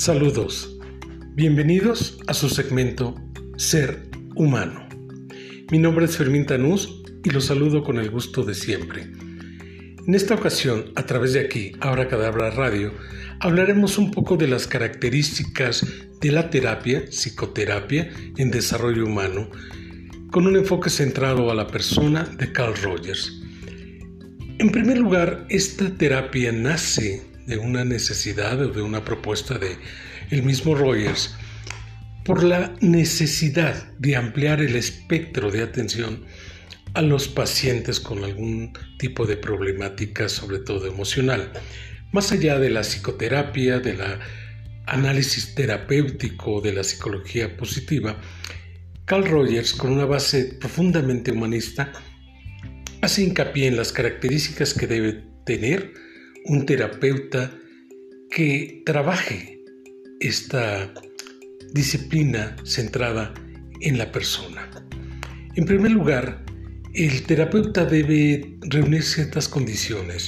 Saludos, bienvenidos a su segmento Ser Humano. Mi nombre es Fermín Tanús y los saludo con el gusto de siempre. En esta ocasión, a través de aquí, Abracadabra Radio, hablaremos un poco de las características de la terapia, psicoterapia en desarrollo humano, con un enfoque centrado a la persona de Carl Rogers. En primer lugar, esta terapia nace de una necesidad o de una propuesta de el mismo Rogers por la necesidad de ampliar el espectro de atención a los pacientes con algún tipo de problemática, sobre todo emocional. Más allá de la psicoterapia, del análisis terapéutico, de la psicología positiva, Carl Rogers, con una base profundamente humanista, hace hincapié en las características que debe tener un terapeuta que trabaje esta disciplina centrada en la persona. En primer lugar, el terapeuta debe reunir ciertas condiciones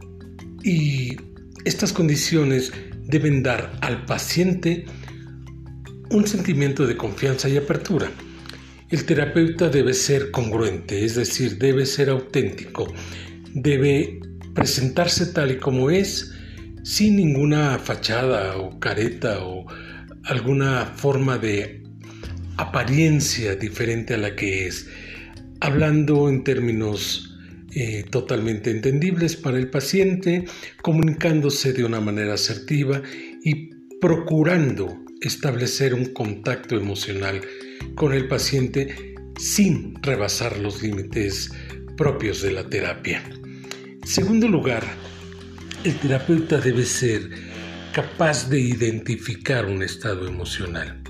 y estas condiciones deben dar al paciente un sentimiento de confianza y apertura. El terapeuta debe ser congruente, es decir, debe ser auténtico, debe presentarse tal y como es, sin ninguna fachada o careta o alguna forma de apariencia diferente a la que es, hablando en términos totalmente entendibles para el paciente, comunicándose de una manera asertiva y procurando establecer un contacto emocional con el paciente sin rebasar los límites propios de la terapia. En segundo lugar, el terapeuta debe ser capaz de identificar un estado emocional.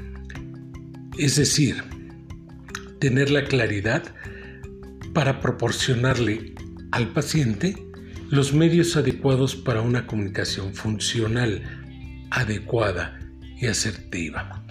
Es decir, tener la claridad para proporcionarle al paciente los medios adecuados para una comunicación funcional, adecuada y asertiva.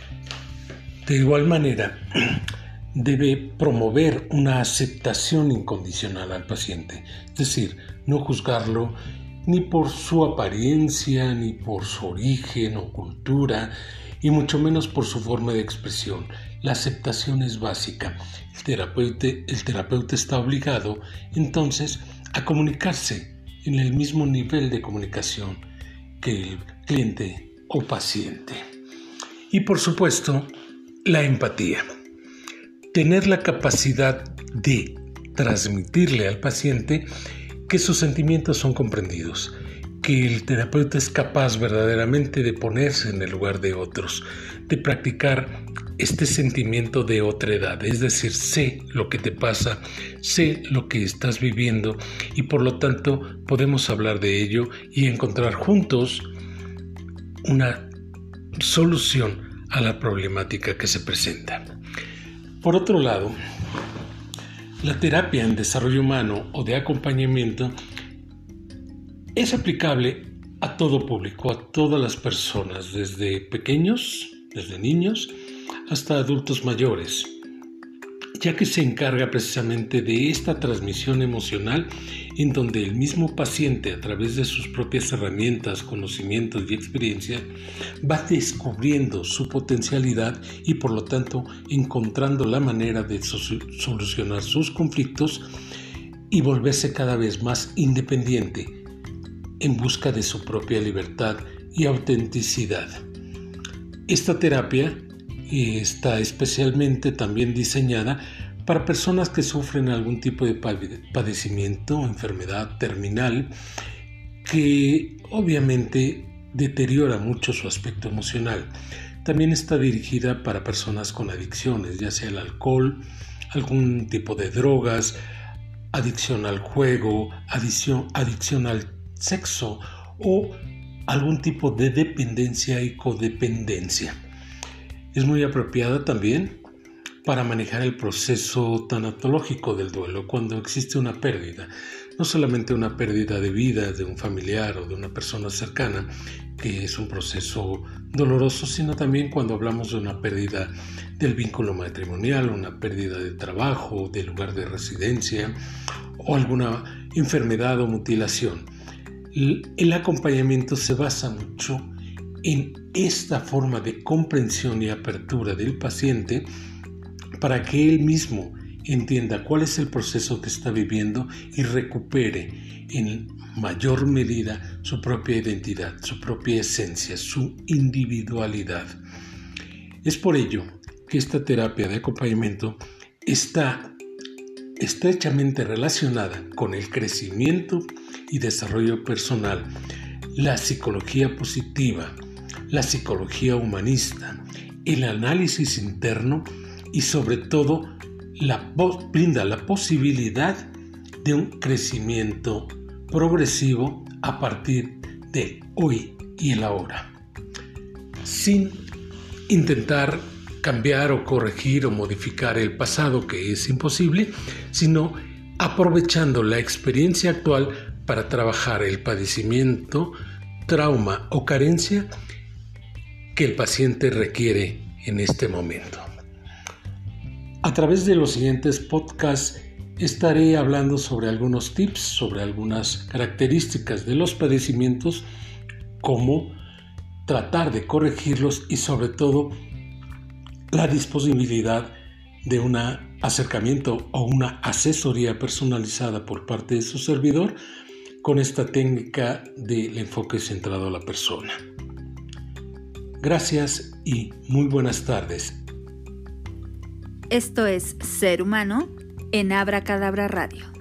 De igual manera, debe promover una aceptación incondicional al paciente, es decir, no juzgarlo ni por su apariencia, ni por su origen o cultura, y mucho menos por su forma de expresión. La aceptación es básica. El terapeuta está obligado, entonces, a comunicarse en el mismo nivel de comunicación que el cliente o paciente. Y por supuesto, la empatía. Tener la capacidad de transmitirle al paciente que sus sentimientos son comprendidos, que el terapeuta es capaz verdaderamente de ponerse en el lugar de otros, de practicar este sentimiento de otredad, es decir, sé lo que te pasa, sé lo que estás viviendo y por lo tanto podemos hablar de ello y encontrar juntos una solución a la problemática que se presenta. Por otro lado, la terapia en desarrollo humano o de acompañamiento es aplicable a todo público, a todas las personas, desde pequeños, desde niños, hasta adultos mayores, ya que se encarga precisamente de esta transmisión emocional en donde el mismo paciente, a través de sus propias herramientas, conocimientos y experiencia, va descubriendo su potencialidad y por lo tanto encontrando la manera de solucionar sus conflictos y volverse cada vez más independiente en busca de su propia libertad y autenticidad. Esta terapia está especialmente también diseñada para personas que sufren algún tipo de padecimiento o enfermedad terminal que obviamente deteriora mucho su aspecto emocional. También está dirigida para personas con adicciones, ya sea el alcohol, algún tipo de drogas, adicción al juego, adicción al sexo o algún tipo de dependencia y codependencia. Es muy apropiada también para manejar el proceso tanatológico del duelo cuando existe una pérdida, no solamente una pérdida de vida de un familiar o de una persona cercana, que es un proceso doloroso, sino también cuando hablamos de una pérdida del vínculo matrimonial, una pérdida de trabajo, de lugar de residencia o alguna enfermedad o mutilación. El acompañamiento se basa mucho en esta forma de comprensión y apertura del paciente para que él mismo entienda cuál es el proceso que está viviendo y recupere en mayor medida su propia identidad, su propia esencia, su individualidad. Es por ello que esta terapia de acompañamiento está estrechamente relacionada con el crecimiento y desarrollo personal, la psicología positiva, la psicología humanista, el análisis interno y sobre todo brinda la posibilidad de un crecimiento progresivo a partir de hoy y el ahora, sin intentar cambiar o corregir o modificar el pasado, que es imposible, sino aprovechando la experiencia actual para trabajar el padecimiento, trauma o carencia que el paciente requiere en este momento. A través de los siguientes podcasts estaré hablando sobre algunos tips, sobre algunas características de los padecimientos, cómo tratar de corregirlos y sobre todo la disponibilidad de un acercamiento o una asesoría personalizada por parte de su servidor con esta técnica del enfoque centrado a la persona. Gracias y muy buenas tardes. Esto es Ser Humano en Abracadabra Radio.